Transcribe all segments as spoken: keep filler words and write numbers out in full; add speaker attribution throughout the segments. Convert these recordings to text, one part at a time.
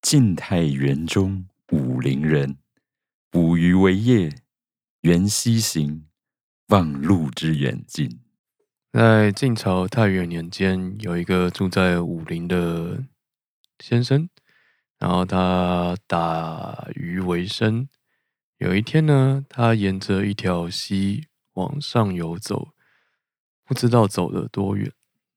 Speaker 1: 晋太元中武陵人，捕鱼为业，缘溪行，忘路之远近。
Speaker 2: 在晋朝太元年间，有一个住在武陵的先生，然后他打鱼为生。有一天呢，他沿着一条溪往上游走，不知道走了多远，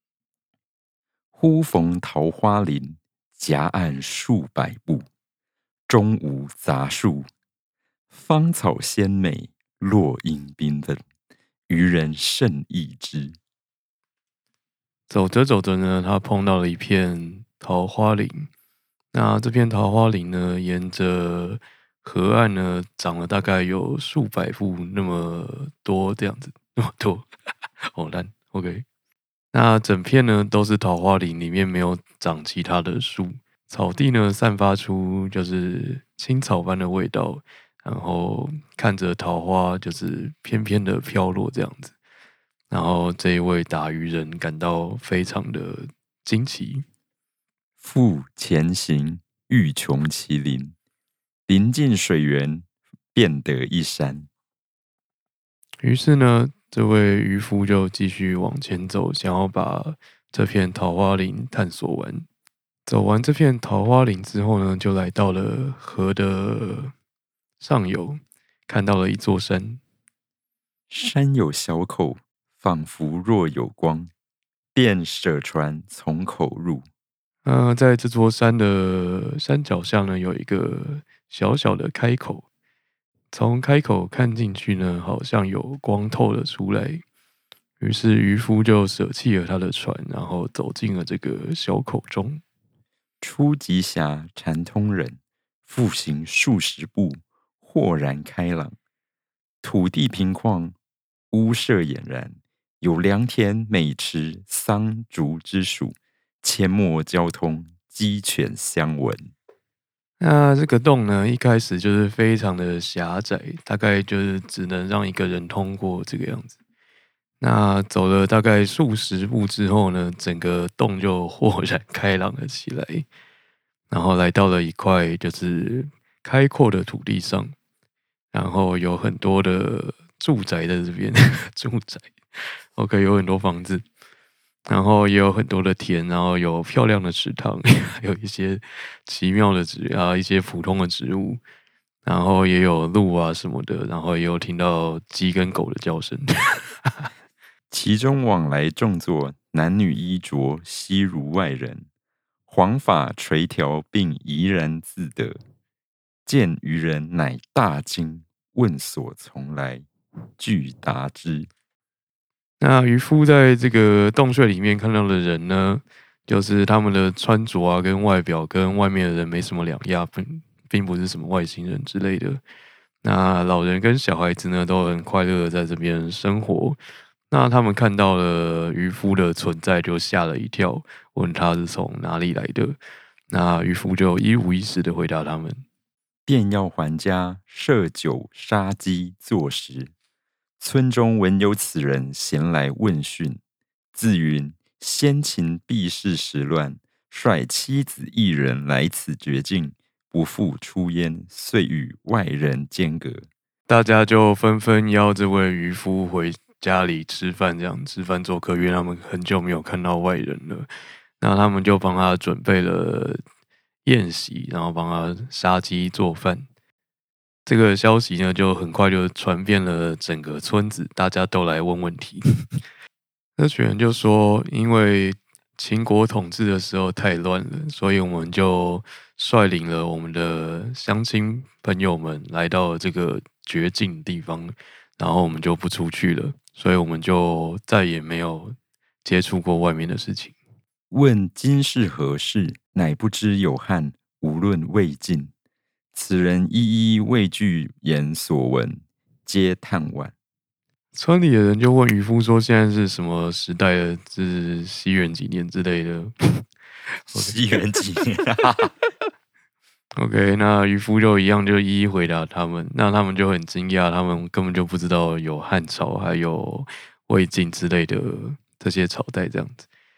Speaker 1: 忽逢桃花林，夹岸数百步，中无杂树，芳草鲜美，落英缤纷，渔人甚异之。
Speaker 2: 走着走着呢，他碰到了一片桃花林。那这片桃花林呢，沿着河岸呢，长了大概有数百步那么多这样子，那么多，好烂。OK，那整片呢都是桃花林，里面没有长其他的树，草地呢散发出就是青草般的味道，然后看着桃花就是翩翩的飘落这样子。然后这一位打渔人感到非常的惊奇。
Speaker 1: 复前行，欲穷其林，临近水源，便得一山。
Speaker 2: 于是呢，这位渔夫就继续往前走，想要把这片桃花林探索完。走完这片桃花林之后呢，就来到了河的上游，看到了一座山。
Speaker 1: 山有小口，仿佛若有光，便舍船从口入。
Speaker 2: 呃，在这座山的山脚下呢，有一个小小的开口。从开口看进去呢，好像有光透了出来。于是渔夫就舍弃了他的船，然后走进了这个小口中。
Speaker 1: 初极狭，禅通人，复行数十步，豁然开朗。土地平旷，屋舍俨然，有良田、美池、桑竹之属，阡陌交通，鸡犬相闻。
Speaker 2: 那这个洞呢，一开始就是非常的狭窄，大概就是只能让一个人通过这个样子。那走了大概数十步之后呢，整个洞就豁然开朗了起来，然后来到了一块就是开阔的土地上，然后有很多的住宅在这边，住宅，OK，有很多房子，然后也有很多的田，然后有漂亮的池塘，还有一些奇妙的植啊，一些普通的植物，然后也有鹿啊什么的，然后也有听到鸡跟狗的叫声。
Speaker 1: 其中往来众座，男女衣着，悉如外人。黄发垂髫，并怡然自得。见渔人，乃大惊，问所从来，具答之。
Speaker 2: 那渔夫在这个洞穴里面看到的人呢，就是他们的穿着啊，跟外表跟外面的人没什么两样，并并不是什么外星人之类的。那老人跟小孩子呢，都很快乐的在这边生活。那他们看到了渔夫的存在，就吓了一跳，问他是从哪里来的。那渔夫就一五一十的回答他们。
Speaker 1: 便要还家，设酒杀鸡作食。村中闻有此人，咸来问讯。自云先秦避世时乱，率妻子一人来此绝境，不复出焉，遂与外人间隔。
Speaker 2: 大家就纷纷邀这位渔夫回家里吃饭，这样吃饭做客，因为他们很久没有看到外人了。那他们就帮他准备了宴席，然后帮他杀鸡做饭。这个消息呢，就很快就传遍了整个村子，大家都来问问题。那群人就说，因为秦国统治的时候太乱了，所以我们就率领了我们的乡亲朋友们来到了这个绝境地方，然后我们就不出去了，所以我们就再也没有接触过外面的事情。
Speaker 1: 问今是何事，乃不知有汉，无论魏晋。此人一一未具言所闻，皆叹惋。
Speaker 2: 村里的人就问渔夫说：“现在是什么时代了？是西元几年之类的？”
Speaker 1: 西元几年
Speaker 2: ？OK，那渔夫就一样就一一回答他们，那他们就很惊讶，他们根本就不知道有汉朝还有魏晋之类的这些朝代这样子。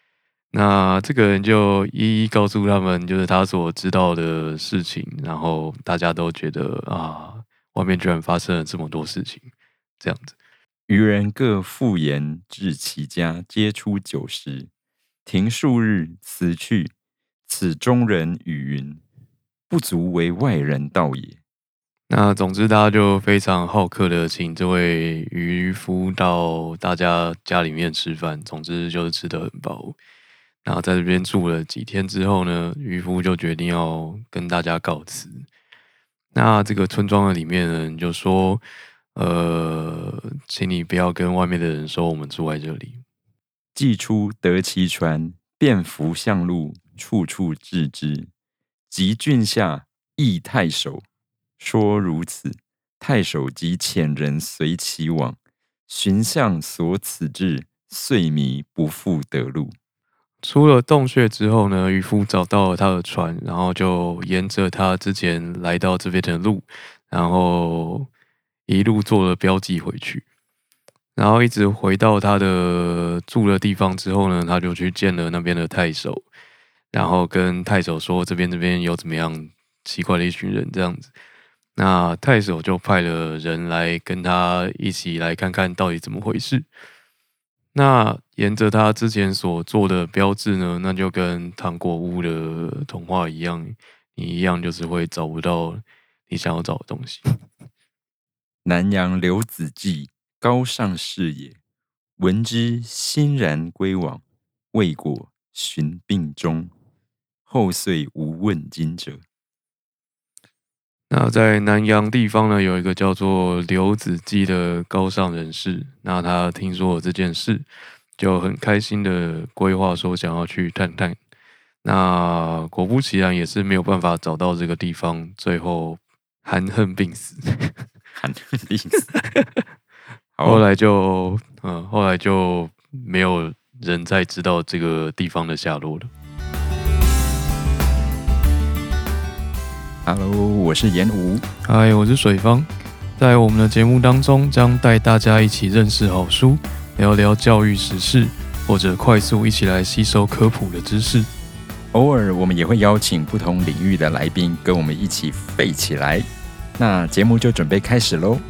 Speaker 2: 那这个人就一一告诉他们，就是他所知道的事情，然后大家都觉得啊，外面居然发生了这么多事情，这样子。
Speaker 1: 渔人各复言至其家，皆出酒食，停数日，辞去。此中人语云：不足为外人道也。
Speaker 2: 那总之，大家就非常好客的请这位渔夫到大家家里面吃饭。总之就是吃得很饱。然后在这边住了几天之后呢，渔夫就决定要跟大家告辞。那这个村庄的里面的人就说：“呃，请你不要跟外面的人说我们住在这里。”
Speaker 1: 既出得其船，便扶向路，处处置之。及郡下，诣太守，说如此。太守即遣人随其往，寻向所此志，遂迷不复得路。
Speaker 2: 出了洞穴之后呢，渔夫找到了他的船，然后就沿着他之前来到这边的路，然后一路做了标记回去。然后一直回到他的住的地方之后呢，他就去见了那边的太守，然后跟太守说这边这边有怎么样奇怪的一群人这样子。那太守就派了人来跟他一起来看看到底怎么回事。那沿着他之前所做的标志呢，那就跟糖果屋的童话一样，你一样就是会找不到你想要找的东西。
Speaker 1: 南阳刘子骥，高尚士也，闻之欣然归往，未果寻病终，后遂无问津者。
Speaker 2: 那在南阳地方呢，有一个叫做刘子骥的高尚人士。那他听说了这件事，就很开心的规划说想要去探探。那果不其然，也是没有办法找到这个地方，最后含恨病死。
Speaker 1: 含恨病死。
Speaker 2: 后来就，嗯，后来就没有人再知道这个地方的下落了。
Speaker 1: Hello， 我是严武。
Speaker 2: 嗨，我是水方。在我们的节目当中，将带大家一起认识好书，聊聊教育时事，或者快速一起来吸收科普的知识。
Speaker 1: 偶尔我们也会邀请不同领域的来宾跟我们一起废起来。那节目就准备开始咯。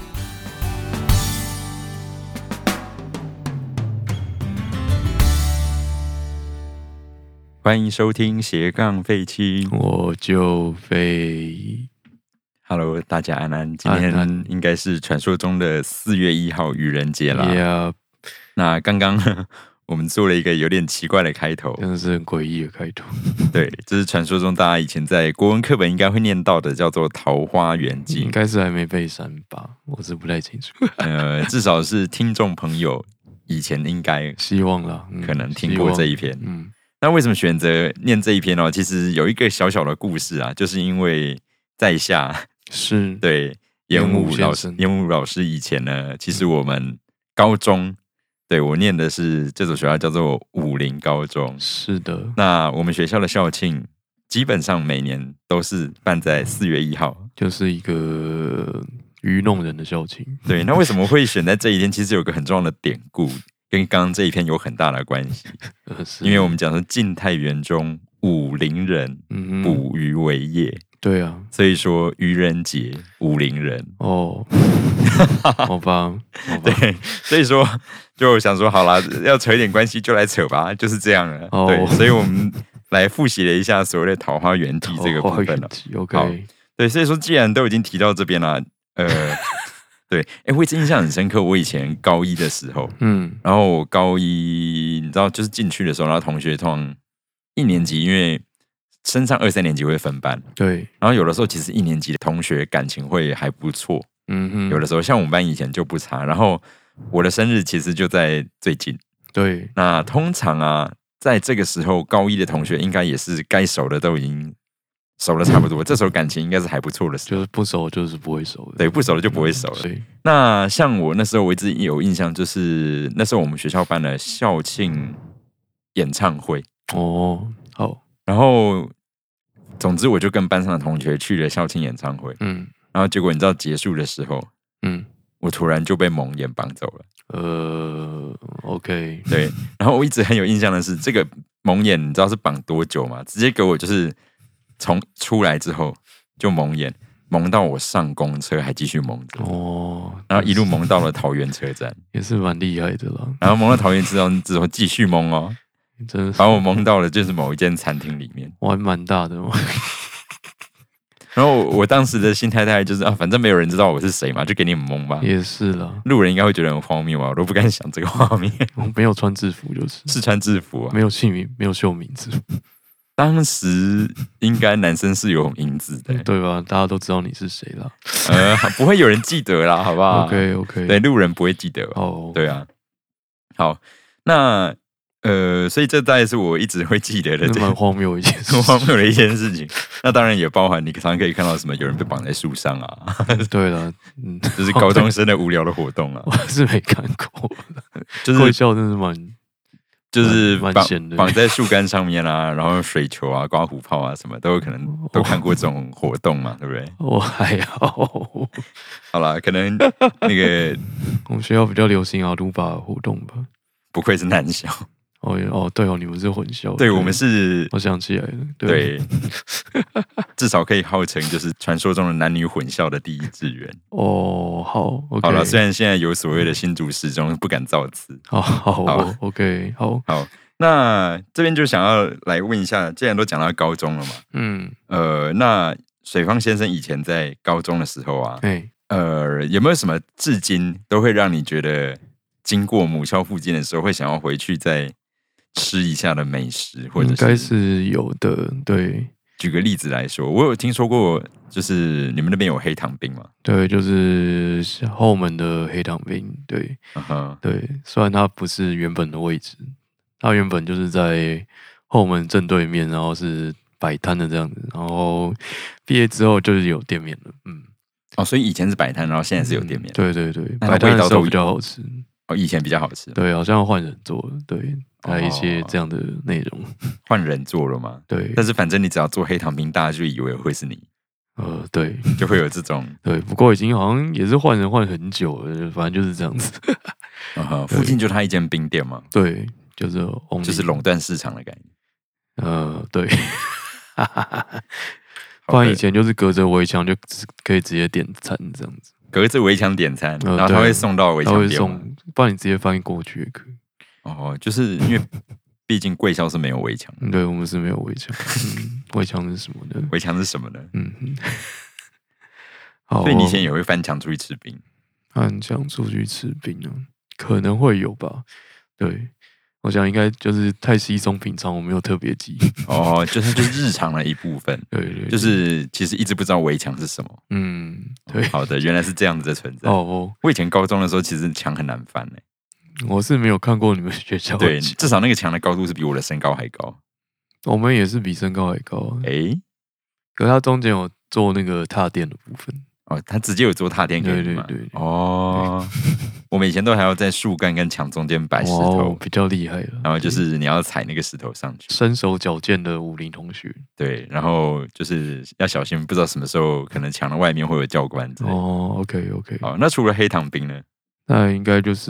Speaker 1: 欢迎收听斜杠废青，
Speaker 2: 我就废。
Speaker 1: Hello， 大家安安。今天应该是传说中的四月一号愚人节啦。
Speaker 2: Yeah.
Speaker 1: 那刚刚我们做了一个有点奇怪的开头，
Speaker 2: 真的是很诡异的开头。
Speaker 1: 对，这是传说中大家以前在国文课本应该会念到的，叫做《桃花源记》。
Speaker 2: 应该是还没被删吧，我是不太清楚。
Speaker 1: 呃，至少是听众朋友以前应该
Speaker 2: 希望啦，嗯、
Speaker 1: 可能听过这一篇。
Speaker 2: 嗯。
Speaker 1: 那为什么选择念这一篇呢？其实有一个小小的故事啊，就是因为在下
Speaker 2: 是
Speaker 1: 对严武老师，严武老师以前呢，其实我们高中对我念的是这所学校叫做武林高中，
Speaker 2: 是的。
Speaker 1: 那我们学校的校庆基本上每年都是办在四月一号，
Speaker 2: 就是一个愚弄人的校庆。
Speaker 1: 对，那为什么会选在这一天？其实有个很重要的典故。跟刚刚这一篇有很大的关系，因为我们讲说晋太元中武陵人捕鱼为业，
Speaker 2: 对啊，
Speaker 1: 所以说愚人节武陵人
Speaker 2: 哦，好吧，好吧，
Speaker 1: 对，所以说就想说好啦，要扯一点关系就来扯吧，就是这样了。哦、对，所以我们来复习了一下所谓的桃花源记这个部分了。
Speaker 2: OK，
Speaker 1: 好，对，所以说既然都已经提到这边了，呃。对，哎，我印象很深刻。我以前高一的时候，嗯，然后我高一，你知道，就是进去的时候，然后同学通常一年级，因为升上二三年级会分班，
Speaker 2: 对，
Speaker 1: 然后有的时候其实一年级的同学感情会还不错，嗯哼，有的时候像我们班以前就不差。然后我的生日其实就在最近，
Speaker 2: 对，
Speaker 1: 那通常啊，在这个时候，高一的同学应该也是该熟的都已经。熟了差不多，这时候感情应该是还不错的时候，
Speaker 2: 就是不熟就是不会熟的，
Speaker 1: 对，不熟了就不会熟了。嗯、那像我那时候，我一直有印象，就是那时候我们学校办了校庆演唱会
Speaker 2: 哦，好，
Speaker 1: 然后总之我就跟班上的同学去了校庆演唱会，嗯，然后结果你知道结束的时候，嗯，我突然就被蒙眼绑走了。
Speaker 2: 呃 ，OK，
Speaker 1: 对，然后我一直很有印象的是，这个蒙眼，你知道是绑多久吗？直接给我就是从出来之后就蒙眼，蒙到我上公车还继续蒙着。哦，然后一路蒙到了桃园车站，
Speaker 2: 也是蛮厉害的啦。
Speaker 1: 然后蒙到桃园车站之后继续蒙哦，真的把我蒙到了就是某一间餐厅里面，
Speaker 2: 玩蛮大的嘛。
Speaker 1: 然后我当时的心态大概就是啊，反正没有人知道我是谁嘛，就给你们蒙吧。
Speaker 2: 也是啦，
Speaker 1: 路人应该会觉得很荒谬啊，我都不敢想这个画面。
Speaker 2: 我没有穿制服，就是
Speaker 1: 是穿制服啊，
Speaker 2: 没有姓名，没有秀名字。
Speaker 1: 当时应该男生是有名字的，
Speaker 2: 对吧？大家都知道你是谁啦。
Speaker 1: 呃，不会有人记得啦，好不好
Speaker 2: ？OK OK，
Speaker 1: 对，路人不会记得哦。
Speaker 2: Oh.
Speaker 1: 对啊，好，那。呃，所以这大概是我一直会记得的，
Speaker 2: 蛮荒谬一件事，
Speaker 1: 荒谬的一件事情。那当然也包含你常常可以看到什么有人被绑在树上啊。
Speaker 2: 对了，
Speaker 1: 嗯，就是高中生的无聊的活动啊。
Speaker 2: 我是没看过，
Speaker 1: 就是
Speaker 2: 会笑真是蛮，
Speaker 1: 就是
Speaker 2: 绑
Speaker 1: 绑在树干上面啊，然后水球啊、刮胡泡啊什么都有可能都看过这种活动嘛，对不对？
Speaker 2: 我还好，
Speaker 1: 好啦，可能那个
Speaker 2: 我们学校比较流行阿鲁巴活动吧。
Speaker 1: 不愧是男校。
Speaker 2: 哦哦，对哦，你们是混校，
Speaker 1: 对，我们是，
Speaker 2: 我想起来了，
Speaker 1: 对，至少可以号称就是传说中的男女混校的第一志愿。
Speaker 2: 哦，好 ，OK，
Speaker 1: 好了，虽然现在有所谓的新竹时钟不敢造次，
Speaker 2: 好好好 ，OK， 好，
Speaker 1: 好，那这边就想要来问一下，既然都讲到高中了嘛，嗯，呃，那水方先生以前在高中的时候啊，呃，有没有什么至今都会让你觉得经过母校附近的时候会想要回去再吃一下的美食，或者是
Speaker 2: 应该是有的。对，
Speaker 1: 举个例子来说，我有听说过，就是你们那边有黑糖冰吗？
Speaker 2: 对，就是后门的黑糖冰。对， uh-huh. 对，虽然它不是原本的位置，它原本就是在后门正对面，然后是摆摊的这样子。然后毕业之后就是有店面了。嗯，
Speaker 1: 哦，所以以前是摆摊，然后现在是有店面。
Speaker 2: 嗯、对对对，摆摊的时候比较好吃。
Speaker 1: 哦，以前比较好吃。
Speaker 2: 对，好像换人做了。对。还有一些这样的内容，
Speaker 1: 换人做了吗？
Speaker 2: 对，
Speaker 1: 但是反正你只要做黑糖冰，大家就以为会是你。
Speaker 2: 呃，对，
Speaker 1: 就会有这种
Speaker 2: 对。不过已经好像也是换人换很久了，反正就是这样子。
Speaker 1: uh-huh, 附近就他一间冰店嘛。
Speaker 2: 对，就是
Speaker 1: 就是垄断市场的概念。
Speaker 2: 呃，对。不然以前就是隔着围墙就可以直接点餐这样子，
Speaker 1: 隔着围墙点餐，呃、然后他会送到围墙边吗？
Speaker 2: 不然你直接翻过去也可以。
Speaker 1: 哦，就是因为毕竟贵校是没有围墙，
Speaker 2: 对，我们是没有围墙。嗯，围墙是什么呢？
Speaker 1: 围墙是什么呢？嗯，
Speaker 2: 好，
Speaker 1: 所以你以前也会翻墙出去吃冰？
Speaker 2: 翻墙出去吃冰呢？可能会有吧。对，我想应该就是太稀松平常，我没有特别记。
Speaker 1: 哦，就是就是日常的一部分。
Speaker 2: 对, 对对，
Speaker 1: 就是其实一直不知道围墙是什么。
Speaker 2: 嗯，对。
Speaker 1: 哦、好的，原来是这样子的存在。哦哦，我以前高中的时候，其实墙很难翻诶。
Speaker 2: 我是没有看过你们学校的，
Speaker 1: 对，至少那个墙的高度是比我的身高还高。
Speaker 2: 我们也是比身高还高。
Speaker 1: 哎、欸，
Speaker 2: 可是它中间有做那个踏垫的部分。
Speaker 1: 哦，他直接有做踏垫给你吗？
Speaker 2: 对对对。
Speaker 1: 哦，我们以前都还要在树干跟墙中间摆石头，
Speaker 2: 比较厉害了。
Speaker 1: 然后就是你要踩那个石头上去。
Speaker 2: 身手矫健的武林同学。
Speaker 1: 对，然后就是要小心，不知道什么时候可能墙的外面会有教官之类的。
Speaker 2: 哦 ，OK OK。
Speaker 1: 好，那除了黑糖冰呢？
Speaker 2: 那应该就是，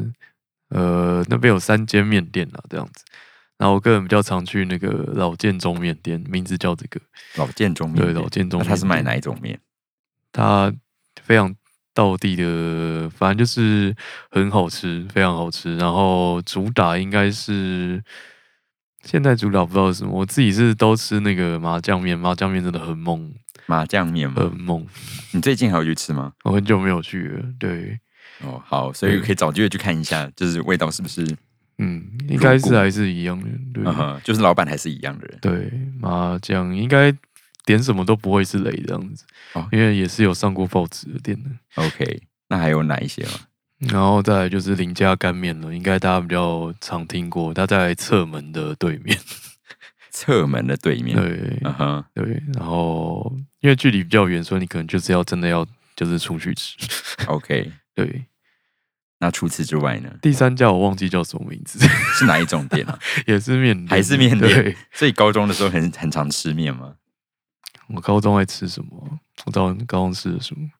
Speaker 2: 呃，那边有三间面店啊，这样子。然后我个人比较常去那个老建中面店，名字叫这个
Speaker 1: 老建中面店。
Speaker 2: 对，老建中面店。
Speaker 1: 他是卖哪一种面？
Speaker 2: 它非常道地的，反正就是很好吃，非常好吃。然后主打应该是现在主打不知道是什么，我自己是都吃那个麻酱面，麻酱面真的很猛。
Speaker 1: 麻酱面吗？
Speaker 2: 很猛。
Speaker 1: 你最近还有去吃吗？
Speaker 2: 我很久没有去了，对。
Speaker 1: 哦，好，所以可以找机会去看一下，就是味道是不是？
Speaker 2: 嗯，应该是还是一样的，对，
Speaker 1: 嗯、就是老板还是一样的人。
Speaker 2: 对，麻酱应该点什么都不会是雷这样子，哦、因为也是有上过报纸的店的。
Speaker 1: OK， 那还有哪一些吗？
Speaker 2: 然后再来就是林家干面了，应该大家比较常听过，它在侧门的对面。
Speaker 1: 侧门的对面，
Speaker 2: 对，嗯哼，对，然后因为距离比较远，所以你可能就是要真的要就是出去吃。
Speaker 1: OK。对，那除此之外呢？
Speaker 2: 第三家我忘记叫什么名字，
Speaker 1: 是哪一种店啊？
Speaker 2: 也是面店，
Speaker 1: 还是面店？所以高中的时候很很常吃面吗？
Speaker 2: 我高中爱吃什么？我知道高中吃的什么？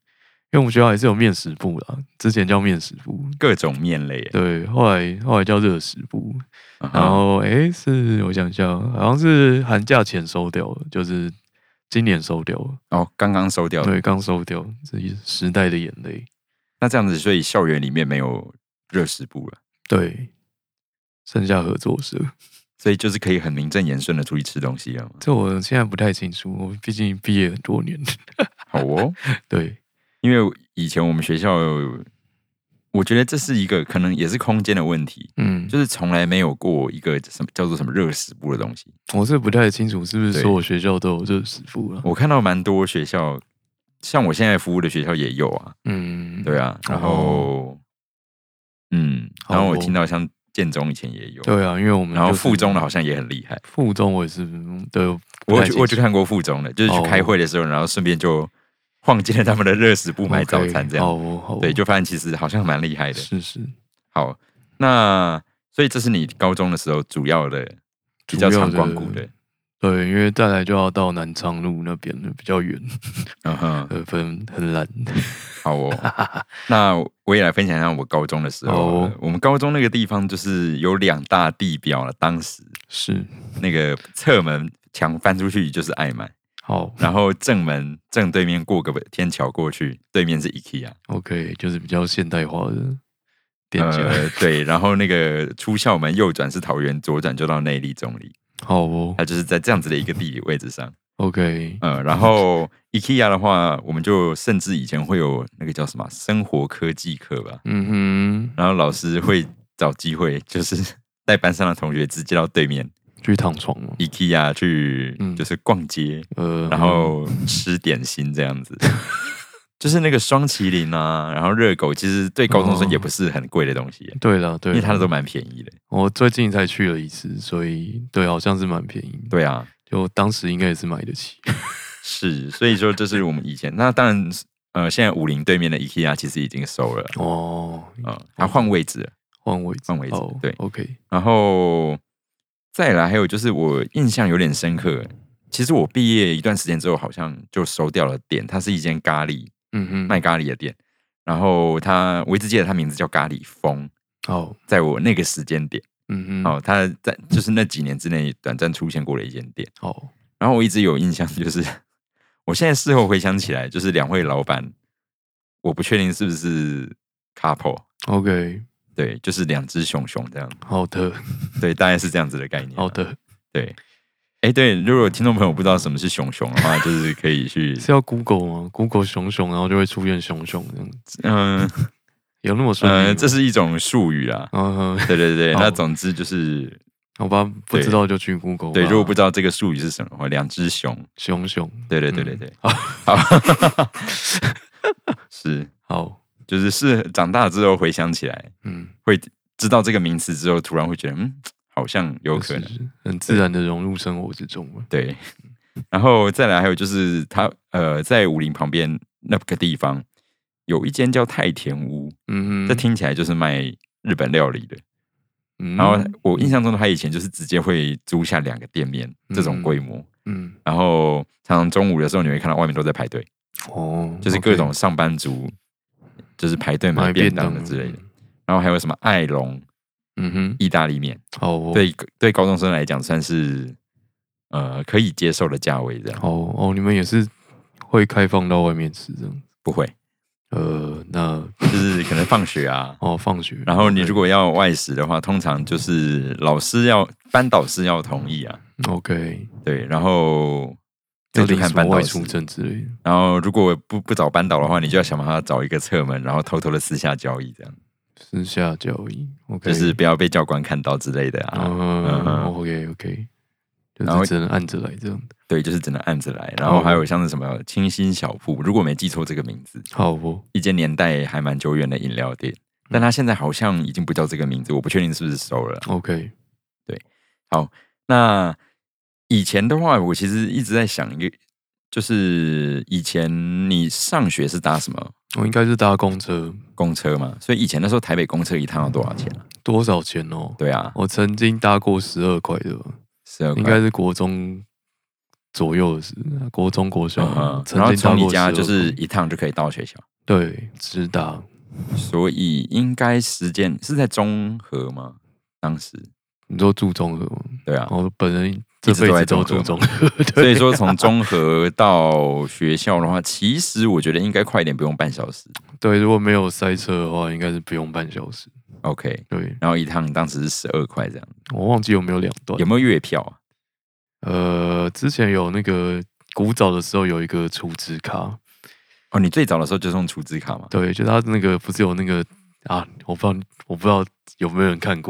Speaker 2: 因为我们学校还是有面食部啦，之前叫面食部，
Speaker 1: 各种面类。
Speaker 2: 对，后来后来叫热食部，
Speaker 1: 嗯、
Speaker 2: 然后哎，是我想一下，好像是寒假前收掉了，就是今年收掉了。
Speaker 1: 哦，刚刚收掉了。
Speaker 2: 对，刚收掉，这时代的眼泪。
Speaker 1: 那这样子，所以校园里面没有热食部了。
Speaker 2: 对，剩下合作社。
Speaker 1: 所以就是可以很名正言顺的出去吃东西了吗？
Speaker 2: 这我现在不太清楚，我毕竟毕业很多年。
Speaker 1: 好哦，
Speaker 2: 对，
Speaker 1: 因为以前我们学校，我觉得这是一个可能也是空间的问题，嗯，就是从来没有过一个什么叫做什么热食部的东西。
Speaker 2: 我是不太清楚是不是所有学校都有热食部啊？
Speaker 1: 我看到蛮多学校，像我现在服务的学校也有啊，嗯，对啊，然后，哦、嗯，然后我听到像。建中以前也有，
Speaker 2: 对啊，因为我们、就是、
Speaker 1: 然后附中的好像也很厉害。
Speaker 2: 附中我也是，对，
Speaker 1: 我我去看过附中的，就是去开会的时候，哦、然后顺便就晃进了他们的热食部买早餐，这样。
Speaker 2: 哦哦、
Speaker 1: 对，就发现其实好像蛮厉害的。
Speaker 2: 是是。
Speaker 1: 好，那所以这是你高中的时候主要的比较常光顾的。
Speaker 2: 对，因为再来就要到南昌路那边了，比较远，嗯哼，很很懒。
Speaker 1: 好哦，那我也来分享一下我高中的时候。哦、我们高中那个地方就是有两大地标了，当时
Speaker 2: 是
Speaker 1: 那个侧门墙翻出去就是爱买，
Speaker 2: 好，
Speaker 1: 然后正门正对面过个天桥过去，对面是 IKEA。
Speaker 2: OK， 就是比较现代化的店家。
Speaker 1: 呃，对，然后那个出校门右转是桃园，左转就到内坜中坜。
Speaker 2: 好哦，
Speaker 1: 它就是在这样子的一个地理位置上。
Speaker 2: OK，
Speaker 1: 呃，然后 IKEA 的话，我们就甚至以前会有那个叫什么生活科技课吧，嗯哼，然后老师会找机会，就是带班上的同学直接到对面
Speaker 2: 去躺床
Speaker 1: ，IKEA 去就是逛街，嗯、然后吃点心这样子。就是那个双麒麟啊，然后热狗，其实对高中生也不是很贵的东西。
Speaker 2: 哦、对了，对，
Speaker 1: 因为它的都蛮便宜的。
Speaker 2: 我最近才去了一次，所以对，好像是蛮便宜。
Speaker 1: 对啊，
Speaker 2: 就当时应该也是买得起。
Speaker 1: 是，所以说这是我们以前。那当然，呃，现在武林对面的 IKEA 其实已经收了哦，嗯，它换位置了，
Speaker 2: 换位置，
Speaker 1: 换位置，哦、对
Speaker 2: ，OK。
Speaker 1: 然后再来，还有就是我印象有点深刻。其实我毕业一段时间之后，好像就收掉了店，它是一间咖喱。嗯哼，卖咖喱的店，然后他我一直记得他名字叫咖喱风哦，在我那个时间点，嗯哼，哦，他在就是那几年之内短暂出现过的一间店哦，然后我一直有印象，就是我现在事后回想起来，就是两位老板，我不确定是不是 couple，OK， 对，就是两只熊熊这样，
Speaker 2: 好的，
Speaker 1: 对，大概是这样子的概念，
Speaker 2: 好的，
Speaker 1: 对。哎，对，如果听众朋友不知道什么是熊熊的话，就是可以去
Speaker 2: 是要 Google 吗 ？Google 熊熊，然后就会出现熊熊这样子。嗯，有那么顺利？
Speaker 1: 呃，这是一种术语啦。嗯，对對对对，那总之就是，
Speaker 2: 好吧，不知道就去 Google。
Speaker 1: 对，如果不知道这个术语是什么的话，两只熊，
Speaker 2: 熊熊。
Speaker 1: 对对对对对，好，是
Speaker 2: 好，
Speaker 1: 就是是长大之后回想起来，嗯，会知道这个名词之后，突然会觉得，嗯。好像有可能
Speaker 2: 很自然的融入生活之中了。
Speaker 1: 对，然后再来还有就是他呃，在武林旁边那个地方有一间叫太田屋，嗯哼，这听起来就是卖日本料理的。嗯、然后我印象中他以前就是直接会租下两个店面、嗯、这种规模，嗯，然后常常中午的时候你会看到外面都在排队，哦，就是各种上班族就是排队买便当的之类的。然后还有什么爱龙。嗯哼，意大利面哦，对对，高中生来讲算是呃可以接受的价位这样。
Speaker 2: 哦哦，你们也是会开放到外面吃这样？
Speaker 1: 不会，
Speaker 2: 呃，那
Speaker 1: 就是可能放学啊，
Speaker 2: 哦，放学。
Speaker 1: 然后你如果要外食的话，通常就是老师要班导师要同意啊。
Speaker 2: OK，
Speaker 1: 对，然后这就看班导师
Speaker 2: 出证之类的。
Speaker 1: 然后如果不不找班导的话，你就要想办法找一个侧门，然后偷偷的私下交易这样。
Speaker 2: 私下交易， okay，
Speaker 1: 就是不要被教官看到之类的啊。
Speaker 2: 嗯嗯、OK OK， 就是只能按着来这样的。
Speaker 1: 对，就是只能按着来。然后还有像是什么清新小铺，如果没记错这个名字，
Speaker 2: 好不？
Speaker 1: 一间年代还蛮久远的饮料店，但它现在好像已经不叫这个名字，我不确定是不是收了。
Speaker 2: OK，
Speaker 1: 对，好，那以前的话，我其实一直在想一个，就是以前你上学是搭什么？
Speaker 2: 我应该是搭公车，
Speaker 1: 公车嘛，所以以前的时候台北公车一趟要多少钱啊？
Speaker 2: 多少钱哦？
Speaker 1: 对啊，
Speaker 2: 我曾经搭过十二块的，
Speaker 1: 十二块，
Speaker 2: 应该是国中左右的事，国中国小，
Speaker 1: 嗯、然后从你家就是一趟就可以到学校。
Speaker 2: 对，直达。
Speaker 1: 所以应该时间是在中和吗？当时
Speaker 2: 你说住中和吗？
Speaker 1: 对啊，
Speaker 2: 我本人这辈子都住中和，
Speaker 1: 所以说从中和到学校的话，其实我觉得应该快一点，不用半小时。
Speaker 2: 对，如果没有塞车的话，应该是不用半小时。
Speaker 1: OK，
Speaker 2: 对，
Speaker 1: 然后一趟当时是十二块这样。
Speaker 2: 我忘记有没有两段，
Speaker 1: 有没有月票啊？
Speaker 2: 呃，之前有那个古早的时候有一个储值卡。
Speaker 1: 哦，你最早的时候就是用储值卡吗？
Speaker 2: 对，就他那个不是有那个啊，我不知道我不知道有没有人看过，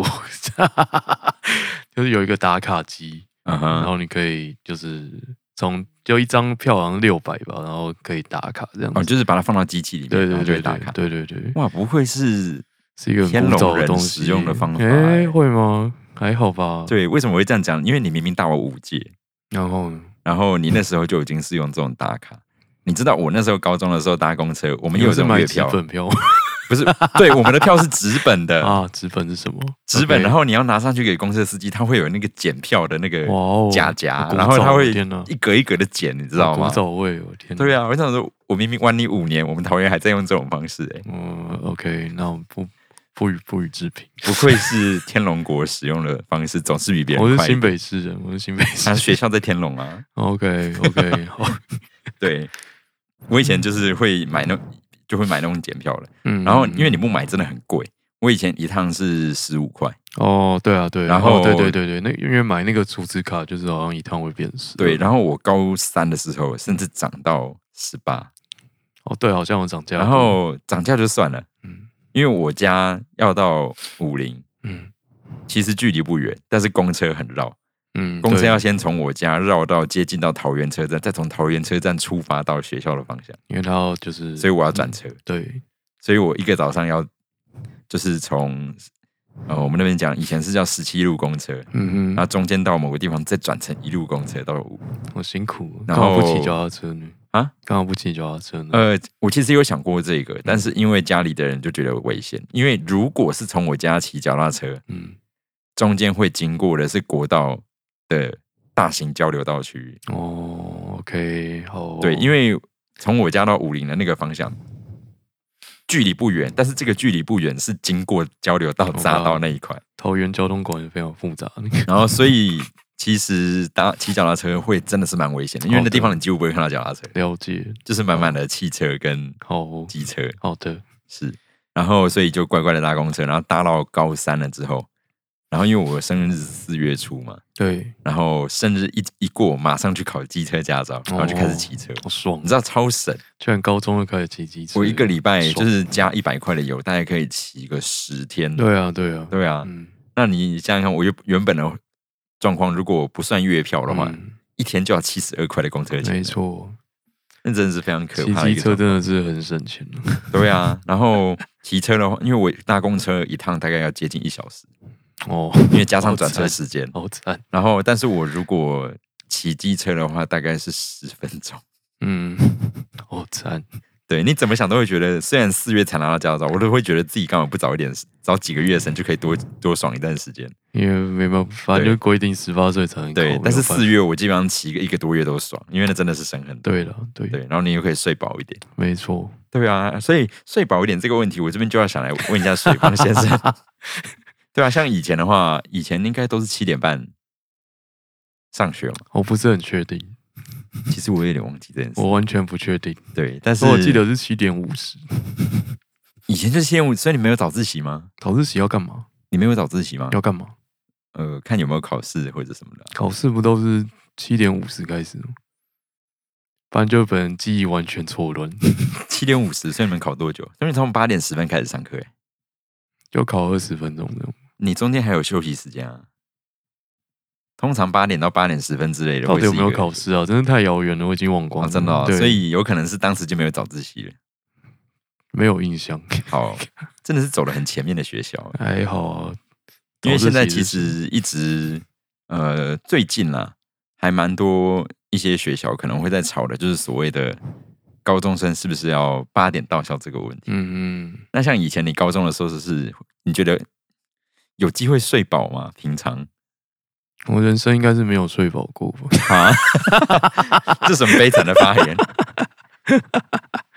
Speaker 2: 就是有一个打卡机，
Speaker 1: 嗯哼，
Speaker 2: 然后你可以就是从就一张票好像六百吧，然后可以打卡这样子。
Speaker 1: 哦，就是把它放到机器里面，
Speaker 2: 对对
Speaker 1: 然后就
Speaker 2: 对
Speaker 1: 会打卡。
Speaker 2: 对对对，
Speaker 1: 哇，不会是
Speaker 2: 是一个
Speaker 1: 天
Speaker 2: 很古早
Speaker 1: 龙人
Speaker 2: 的东西
Speaker 1: 使用的方法、
Speaker 2: 哎、
Speaker 1: 欸？
Speaker 2: 会吗？还好吧。
Speaker 1: 对，为什么会这样讲？因为你明明大我五届，
Speaker 2: 然后呢？
Speaker 1: 然后你那时候就已经是用这种打卡。你知道我那时候高中的时候搭公车，我们也有这种月票，
Speaker 2: 纸本票
Speaker 1: 不是？对，我们的票是纸本的
Speaker 2: 啊，纸本是什么？
Speaker 1: 纸本，
Speaker 2: Okay
Speaker 1: 然后你要拿上去给公车司机，他会有那个检票的那个夹夹，
Speaker 2: 哇哦
Speaker 1: 然后他会
Speaker 2: 天哪
Speaker 1: 一格一格的检，你知道吗？
Speaker 2: 古早味，我天哪！
Speaker 1: 对啊，我想说，我明明玩你五年，我们桃园还在用这种方式、欸，哎，
Speaker 2: 嗯 ，OK，那我不不予不予置评。
Speaker 1: 不愧是天龙国使用的方式，总是比别人快。
Speaker 2: 我是新北市人，我是新北市
Speaker 1: 他
Speaker 2: 人。
Speaker 1: 学校在天龙啊。
Speaker 2: OK OK， 好，
Speaker 1: 对，我以前就是会买那，就会买那种检票的。
Speaker 2: 嗯，
Speaker 1: 然后因为你不买真的很贵，我以前一趟是十五块。
Speaker 2: 哦，对啊，对，
Speaker 1: 然后
Speaker 2: 哦对对对对，那因为买那个储值卡就是好像一趟会变十。
Speaker 1: 对，然后我高三的时候甚至涨到十八。
Speaker 2: 哦，对，好像有涨价。
Speaker 1: 然后涨价就算了，
Speaker 2: 嗯
Speaker 1: 因为我家要到武陵，
Speaker 2: 嗯
Speaker 1: 其实距离不远，但是公车很绕。
Speaker 2: 嗯，
Speaker 1: 公车
Speaker 2: 对
Speaker 1: 要先从我家绕到接近到桃园车站，再从桃园车站出发到学校的方向，
Speaker 2: 因为它要就是，
Speaker 1: 所以我要转车。
Speaker 2: 对，
Speaker 1: 所以我一个早上要就是从呃我们那边讲以前是叫十七路公车，
Speaker 2: 嗯哼，
Speaker 1: 然后中间到某个地方再转成一路公车到五。
Speaker 2: 好辛苦，
Speaker 1: 然
Speaker 2: 刚好不
Speaker 1: 后
Speaker 2: 骑脚踏车呢？
Speaker 1: 啊，
Speaker 2: 刚好不骑脚踏车呢？
Speaker 1: 呃，我其实有想过这个，但是因为家里的人就觉得危险，因为如果是从我家骑脚踏车，
Speaker 2: 嗯，
Speaker 1: 中间会经过的是国道的大型交流道区域。
Speaker 2: 哦，OK，好，
Speaker 1: 对，因为从我家到武陵的那个方向距离不远，但是这个距离不远是经过交流道匝道那一块，
Speaker 2: 桃园交通管也非常复杂。
Speaker 1: 然后所以其实搭骑脚踏车会真的是蛮危险的，因为那地方你几乎不会看到脚踏车，
Speaker 2: 了解，
Speaker 1: 就是满满的汽车跟
Speaker 2: 好
Speaker 1: 机车。
Speaker 2: 好的，
Speaker 1: 是，然后所以就乖乖的搭公车，然后搭到高三了之后，然后因为我生日是四月初嘛，
Speaker 2: 对，
Speaker 1: 然后生日一一过，马上去考机车驾照，然后就开始骑车，
Speaker 2: 好爽
Speaker 1: 你！知道超省。
Speaker 2: 居然高中就开始骑机车，
Speaker 1: 我一个礼拜
Speaker 2: 爽
Speaker 1: 就是加一百块的油，大概可以骑个十天。
Speaker 2: 对啊，对啊，
Speaker 1: 对啊，
Speaker 2: 嗯，
Speaker 1: 那你想想看，我原原本的状况，如果不算月票的话，
Speaker 2: 嗯
Speaker 1: 一天就要七十二块的公车钱，
Speaker 2: 没错，
Speaker 1: 那真的是非常可
Speaker 2: 骑
Speaker 1: 怕的一个状况。
Speaker 2: 机车真的是很省钱。
Speaker 1: 对啊，然后骑车的话，因为我搭公车一趟大概要接近一小时，
Speaker 2: 哦，
Speaker 1: 因为加上转车时间。
Speaker 2: 好惨，
Speaker 1: 然后，但是我如果骑机车的话，大概是十分钟。
Speaker 2: 嗯，好惨，
Speaker 1: 对，你怎么想都会觉得，虽然四月才拿到驾照，我都会觉得自己干嘛不早一点，早几个月生就可以多多爽一段时间。
Speaker 2: 因为没办法，反正就规定十八岁才能考。
Speaker 1: 对，但是
Speaker 2: 没有办法
Speaker 1: 四月我基本上骑个一个多月都爽，因为那真的是省很多。
Speaker 2: 对了，对
Speaker 1: 对，然后你又可以睡饱一点。
Speaker 2: 没错，
Speaker 1: 对啊，所以睡饱一点这个问题，我这边就要想来问一下水方先生。对啊，像以前的话，以前应该都是七点半上学嘛。
Speaker 2: 我不是很确定，
Speaker 1: 其实我有点忘记这件事。
Speaker 2: 我完全不确定。
Speaker 1: 对，但是
Speaker 2: 我记得是七点五十。
Speaker 1: 以前就是七点五，所以你没有早自习吗？
Speaker 2: 早自习要干嘛？
Speaker 1: 你没有早自习吗？
Speaker 2: 要干嘛？
Speaker 1: 呃，看有没有考试或者什么的啊。
Speaker 2: 考试不都是七点五十开始吗？不然就本人记忆完全错乱，
Speaker 1: 七点五十，所以你们考多久？所以你从八点十分开始上课，哎，
Speaker 2: 就考二十分钟的。
Speaker 1: 你中间还有休息时间啊？通常八点到八点十分之类的，
Speaker 2: 到底有没有
Speaker 1: 会是一个
Speaker 2: 考试啊？真的太遥远了，我已经忘光
Speaker 1: 哦，
Speaker 2: 了。
Speaker 1: 真的哦，
Speaker 2: 对
Speaker 1: 所以有可能是当时就没有早自习了。
Speaker 2: 没有印象。
Speaker 1: 好，真的是走了很前面的学校，
Speaker 2: 还好啊，
Speaker 1: 因为现在其
Speaker 2: 早自习是
Speaker 1: 实一直呃最近啦，还蛮多一些学校可能会在吵的，就是所谓的高中生是不是要八点到校这个问题。
Speaker 2: 嗯嗯，
Speaker 1: 那像以前你高中的时候，是你觉得有机会睡饱吗？平常
Speaker 2: 我人生应该是没有睡饱过吧？
Speaker 1: 啊，这什么悲惨的发言？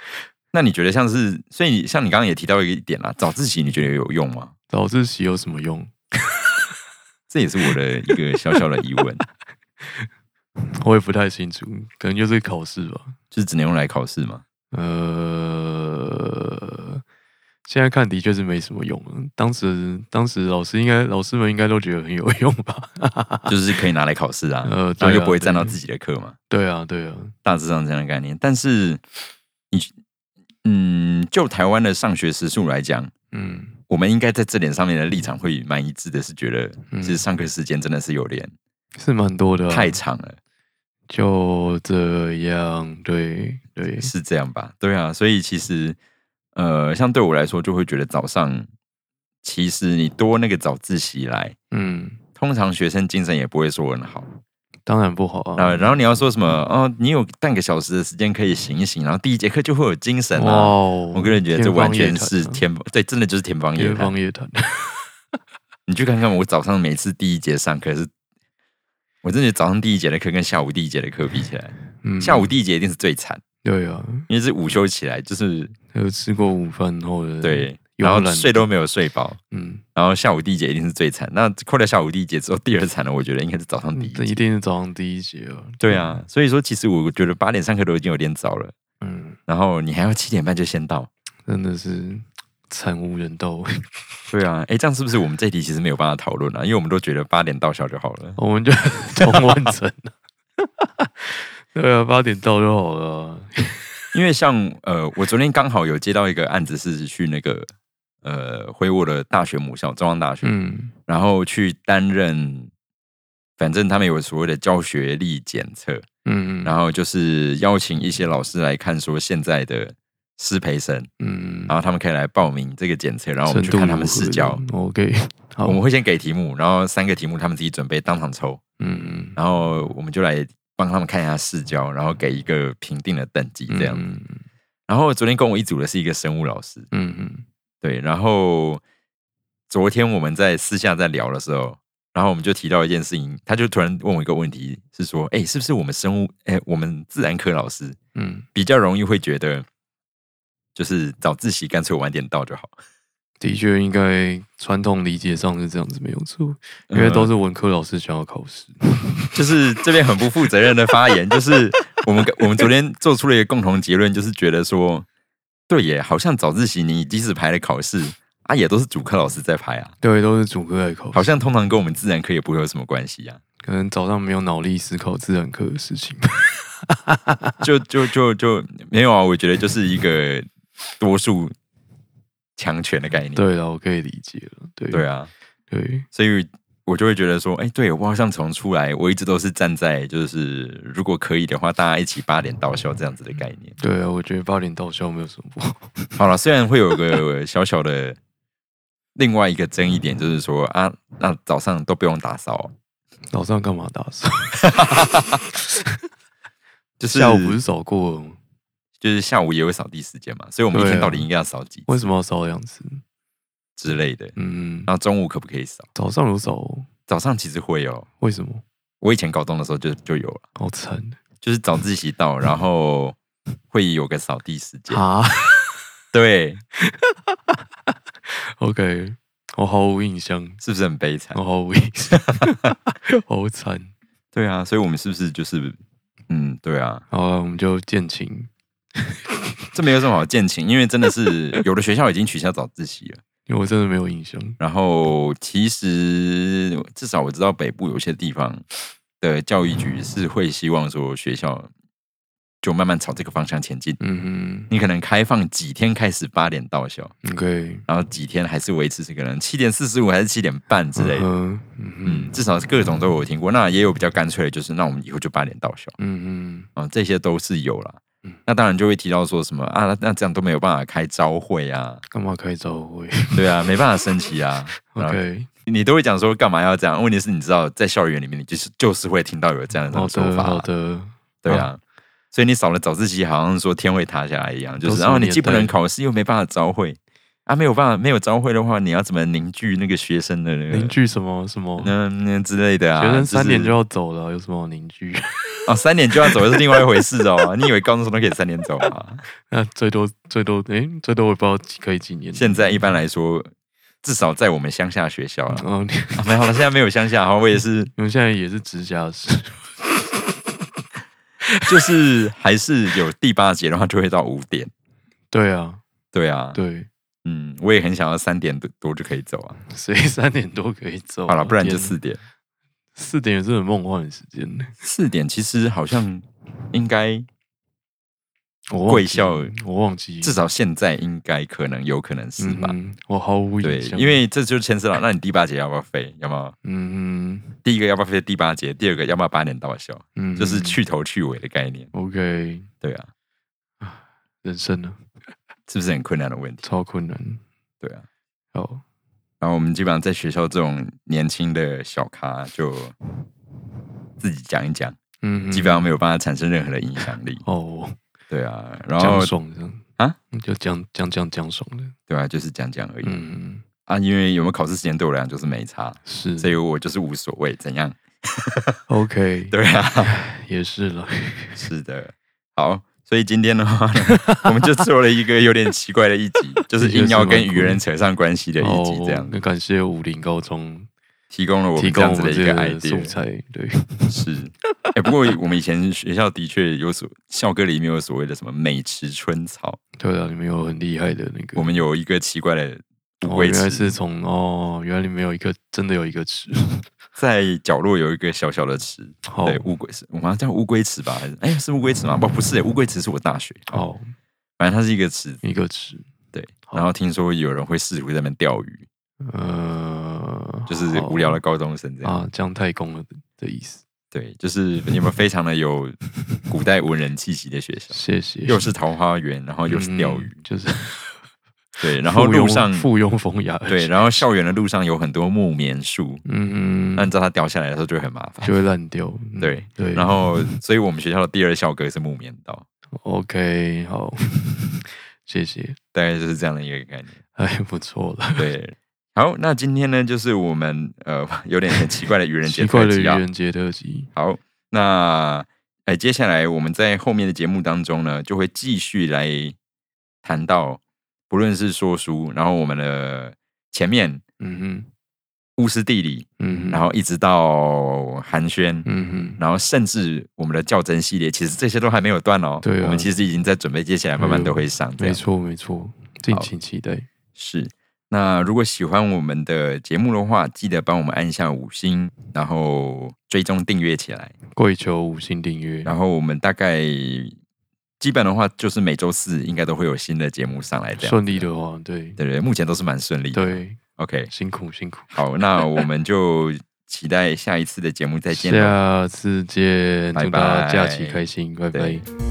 Speaker 1: 那你觉得像是，所以像你刚刚也提到一个点啦，早自习你觉得有用吗？
Speaker 2: 早自习有什么用？
Speaker 1: 这也是我的一个小小的疑问。
Speaker 2: 我也不太清楚，可能就是考试吧。
Speaker 1: 就是只能用来考试吗？
Speaker 2: 呃，现在看的确是没什么用了。当时当时老师应该老师们应该都觉得很有用吧？
Speaker 1: 就是可以拿来考试啊，
Speaker 2: 呃，
Speaker 1: 然后又
Speaker 2: 对啊
Speaker 1: 不会占到自己的课嘛。
Speaker 2: 对啊，对啊，
Speaker 1: 大致上这样的概念。但是你，嗯，就台湾的上学时数来讲，
Speaker 2: 嗯，
Speaker 1: 我们应该在这点上面的立场会蛮一致的，是觉得
Speaker 2: 嗯
Speaker 1: 其实上课时间真的是有点
Speaker 2: 是蛮多的啊，
Speaker 1: 太长了。
Speaker 2: 就这样，对对，
Speaker 1: 是这样吧？对啊，所以其实呃，像对我来说，就会觉得早上其实你多那个早自习来，
Speaker 2: 嗯，
Speaker 1: 通常学生精神也不会说很好。
Speaker 2: 当然不好啊。
Speaker 1: 呃，然后你要说什么哦？你有半个小时的时间可以醒一醒，然后第一节课就会有精神啊！
Speaker 2: 哦，
Speaker 1: 我个人觉得这完全是
Speaker 2: 天
Speaker 1: 天方，对，真的就是天方夜
Speaker 2: 天
Speaker 1: 谭。
Speaker 2: 方夜谭。
Speaker 1: 你去看看我早上每次第一节上课是，我真的觉得早上第一节的课跟下午第一节的课比起来，
Speaker 2: 嗯，
Speaker 1: 下午第一节一定是最惨，
Speaker 2: 对啊，
Speaker 1: 因为是午休起来，就是
Speaker 2: 有吃过午饭后的
Speaker 1: 对，然后睡都没有睡饱，
Speaker 2: 嗯，
Speaker 1: 然后下午第一节一定是最惨。那扣掉下午第一节之后，第二惨的我觉得应该是早上第一节，
Speaker 2: 这一定是早上第一节啊。
Speaker 1: 对啊，所以说其实我觉得八点上课都已经有点早了，
Speaker 2: 嗯，
Speaker 1: 然后你还要七点半就先到，
Speaker 2: 真的是惨无人道。
Speaker 1: 对啊，哎，这样是不是我们这一题其实没有办法讨论啊？因为我们都觉得八点到校就好了，
Speaker 2: 我们就同完成了。对啊，八点到就好了啊。
Speaker 1: 因为像呃，我昨天刚好有接到一个案子，是去那个呃回我的大学母校中央大学，
Speaker 2: 嗯
Speaker 1: 然后去担任，反正他们有所谓的教学力检测，
Speaker 2: 嗯，
Speaker 1: 然后就是邀请一些老师来看说现在的师培生，
Speaker 2: 嗯，
Speaker 1: 然后他们可以来报名这个检测，然后我们去看他们试教。
Speaker 2: OK， 好，
Speaker 1: 我们会先给题目，然后三个题目他们自己准备当场抽，
Speaker 2: 嗯嗯，
Speaker 1: 然后我们就来帮他们看一下试教，然后给一个评定的等级这样子。
Speaker 2: 嗯
Speaker 1: 然后昨天跟我一组的是一个生物老师，
Speaker 2: 嗯嗯
Speaker 1: 对，然后昨天我们在私下在聊的时候，然后我们就提到一件事情，他就突然问我一个问题，是说，哎，是不是我们生物，哎，我们自然科老师，
Speaker 2: 嗯，
Speaker 1: 比较容易会觉得，就是早自习干脆晚点到就好。
Speaker 2: 的确，应该传统理解上是这样子，没有错，因为都是文科老师想要考试，
Speaker 1: 就是这边很不负责任的发言，就是我们我们昨天做出了一个共同结论，就是觉得说，对耶，好像早自习你即使排了考试啊，也都是主科老师在排啊，
Speaker 2: 对，都是主科来考试，
Speaker 1: 好像通常跟我们自然科也不会有什么关系啊。
Speaker 2: 可能早上没有脑力思考自然科的事情，
Speaker 1: 就就就就没有啊，我觉得就是一个多数强权的概念。
Speaker 2: 对了，我可以理解了，对
Speaker 1: 对啊，
Speaker 2: 对，
Speaker 1: 所以我就会觉得说，哎，对我好像从出来，我一直都是站在就是如果可以的话，大家一起八点到校这样子的概念。
Speaker 2: 对啊，我觉得八点到校没有什么不好。
Speaker 1: 好了，虽然会有个小小的另外一个争议点，就是说啊，那早上都不用打扫，
Speaker 2: 早上干嘛打扫？
Speaker 1: 就是
Speaker 2: 下午不是扫过了吗？
Speaker 1: 就是下午也有扫地时间嘛，所以我们一天
Speaker 2: 对啊
Speaker 1: 到底应该要扫几次
Speaker 2: 为什么要扫两次？
Speaker 1: 之类的。
Speaker 2: 嗯，
Speaker 1: 然后中午可不可以扫？
Speaker 2: 早上有扫哦？
Speaker 1: 早上其实会哦，
Speaker 2: 为什么？
Speaker 1: 我以前高中的时候就就有了，
Speaker 2: 好惨
Speaker 1: 就是早自习到，然后会有个扫地时间。
Speaker 2: 啊
Speaker 1: 对，
Speaker 2: ！OK，我毫无印象，
Speaker 1: 是不是很悲惨
Speaker 2: 我？毫无印象，好惨。
Speaker 1: 对啊，所以我们是不是就是嗯，对啊，
Speaker 2: 好了，我们就见情。
Speaker 1: 这没有什么好见情，因为真的是有的学校已经取消早自习了。
Speaker 2: 因为我真的没有印象。
Speaker 1: 然后其实至少我知道北部有些地方的教育局是会希望说学校就慢慢朝这个方向前进。
Speaker 2: 嗯
Speaker 1: 你可能开放几天开始八点到校，
Speaker 2: 哼，OK，
Speaker 1: 然后几天还是维持是可能七点四十五还是七点半之类的。
Speaker 2: 嗯哼嗯
Speaker 1: 嗯，至少各种都有听过。那也有比较干脆的，就是那我们以后就八点到校。
Speaker 2: 嗯
Speaker 1: 啊、这些都是有啦。
Speaker 2: 嗯
Speaker 1: 那当然就会提到说什么啊，那这样都没有办法开朝会啊，
Speaker 2: 干嘛开早会
Speaker 1: 对啊，没办法升旗啊。
Speaker 2: ？OK，
Speaker 1: 你都会讲说干嘛要这样？问题是你知道，在校园里面，你就是就是会听到有这样的
Speaker 2: 好的
Speaker 1: 说法、
Speaker 2: 好的，
Speaker 1: 对啊。所以你少了早自习，好像说天会塌下来一样，就是然后、
Speaker 2: 都是
Speaker 1: 你既不能
Speaker 2: 年代
Speaker 1: 考试，又没办法朝会啊，没有办法，没有朝会的话，你要怎么凝聚那个学生的那个
Speaker 2: 凝聚什么什么？
Speaker 1: 那那之类的啊？
Speaker 2: 学生三年
Speaker 1: 就
Speaker 2: 就是要走了，有什么好凝聚？
Speaker 1: 哦，三年就要走是另外一回事哦。你以为高中生都可以三年走啊？
Speaker 2: 那最多最多，哎、欸，最多我不知道可以几年。
Speaker 1: 现在一般来说，至少在我们乡下学校了。
Speaker 2: 哦，
Speaker 1: 啊、没有了，现在没有乡下，好，我也是，
Speaker 2: 你们现在也是直辖市，
Speaker 1: 就是还是有第八节的话，就会到五点。
Speaker 2: 对啊，
Speaker 1: 对啊，
Speaker 2: 对，
Speaker 1: 嗯，我也很想要三点多就可以走啊。
Speaker 2: 谁三点多可以走、啊？
Speaker 1: 好了，不然就四点。
Speaker 2: 四点也是很梦幻的时间呢。
Speaker 1: 四点其实好像应该。
Speaker 2: 贵
Speaker 1: 校
Speaker 2: 我忘记，
Speaker 1: 至少现在应该可能有可能是吧？
Speaker 2: 嗯、我毫无印象，
Speaker 1: 对，因为这就牵涉到，那你第八节要不要飞？要不要？
Speaker 2: 嗯，
Speaker 1: 第一个要不要飞第八节？第二个要不要八点到校？嗯，就是去头去尾的概念。
Speaker 2: OK，
Speaker 1: 对啊，
Speaker 2: 人生呢，
Speaker 1: 是不是很困难的问题？
Speaker 2: 超困难。
Speaker 1: 对啊，
Speaker 2: 好，
Speaker 1: 然后我们基本上在学校这种年轻的小咖，就自己讲一讲，嗯，基本上没有办法产生任何的影响力。哦。对啊，然后
Speaker 2: 讲爽的啊，就讲讲讲讲爽的，
Speaker 1: 对啊，就是讲讲而已。嗯啊，因为有没有考试时间对我来讲就是没差，是，所以我就是无所谓，怎样
Speaker 2: ？OK，
Speaker 1: 对啊，
Speaker 2: 也是了，
Speaker 1: 是的。好，所以今天的话呢，我们就做了一个有点奇怪的一集，就是硬要跟愚人扯上关系的一集，这样。
Speaker 2: 那、哦、感谢武林高中。
Speaker 1: 提供了我们这样子的一个 idea
Speaker 2: 素材，对，
Speaker 1: 是。哎、欸，不过我们以前学校的确有所校歌里面有所谓的什么美池春草，
Speaker 2: 对啊，你们有很厉害的那个，
Speaker 1: 我们有一个奇怪的乌龟池，
Speaker 2: 哦、原来是从哦，原来你们有一个真的有一个池，
Speaker 1: 在角落有一个小小的池，哦、对，乌龟池，我们叫乌龟池吧？哎、欸，是乌龟池吗？不，不是，乌龟池是我大学哦，反正它是一个池，
Speaker 2: 一个池，
Speaker 1: 对。然后听说有人会试图在那边钓鱼。呃，就是无聊的高中生这样
Speaker 2: 啊，这样太公了的意思。
Speaker 1: 对，就是有没有非常的有古代文人气息的学校？
Speaker 2: 谢谢。
Speaker 1: 又是桃花源，然后又是钓鱼，
Speaker 2: 嗯、就是
Speaker 1: 对。然后路上
Speaker 2: 附庸风雅，
Speaker 1: 对。然后校园的路上有很多木棉树，嗯嗯，那你知道它掉下来的时候就会很麻烦，
Speaker 2: 就会烂掉。
Speaker 1: 对
Speaker 2: 对。
Speaker 1: 然后，所以我们学校的第二校歌是木棉道。
Speaker 2: OK， 好，谢谢。
Speaker 1: 大概就是这样的一个概念，
Speaker 2: 还不错了。
Speaker 1: 对。好，那今天呢，就是我们呃有点很奇怪的愚人节特辑、啊，
Speaker 2: 奇怪的愚人节特辑。
Speaker 1: 好，那哎，接下来我们在后面的节目当中呢，就会继续来谈到，不论是说书，然后我们的前面，嗯哼，巫师地理，嗯哼，然后一直到寒暄，嗯哼，然后甚至我们的较真系列，其实这些都还没有断哦。对、啊，我们其实已经在准备，接下来慢慢都会上。
Speaker 2: 没错，没错，敬请期待。
Speaker 1: 是。那如果喜欢我们的节目的话，记得帮我们按下五星，然后追踪订阅起来，
Speaker 2: 跪求五星订阅。
Speaker 1: 然后我们大概基本的话，就是每周四应该都会有新的节目上来。
Speaker 2: 顺利的话，对
Speaker 1: 对对，目前都是蛮顺利的。
Speaker 2: 对
Speaker 1: ，OK，
Speaker 2: 辛苦辛苦。
Speaker 1: 好，那我们就期待下一次的节目再见。
Speaker 2: 下次见，
Speaker 1: 拜拜，
Speaker 2: 祝大家假期开心，拜拜。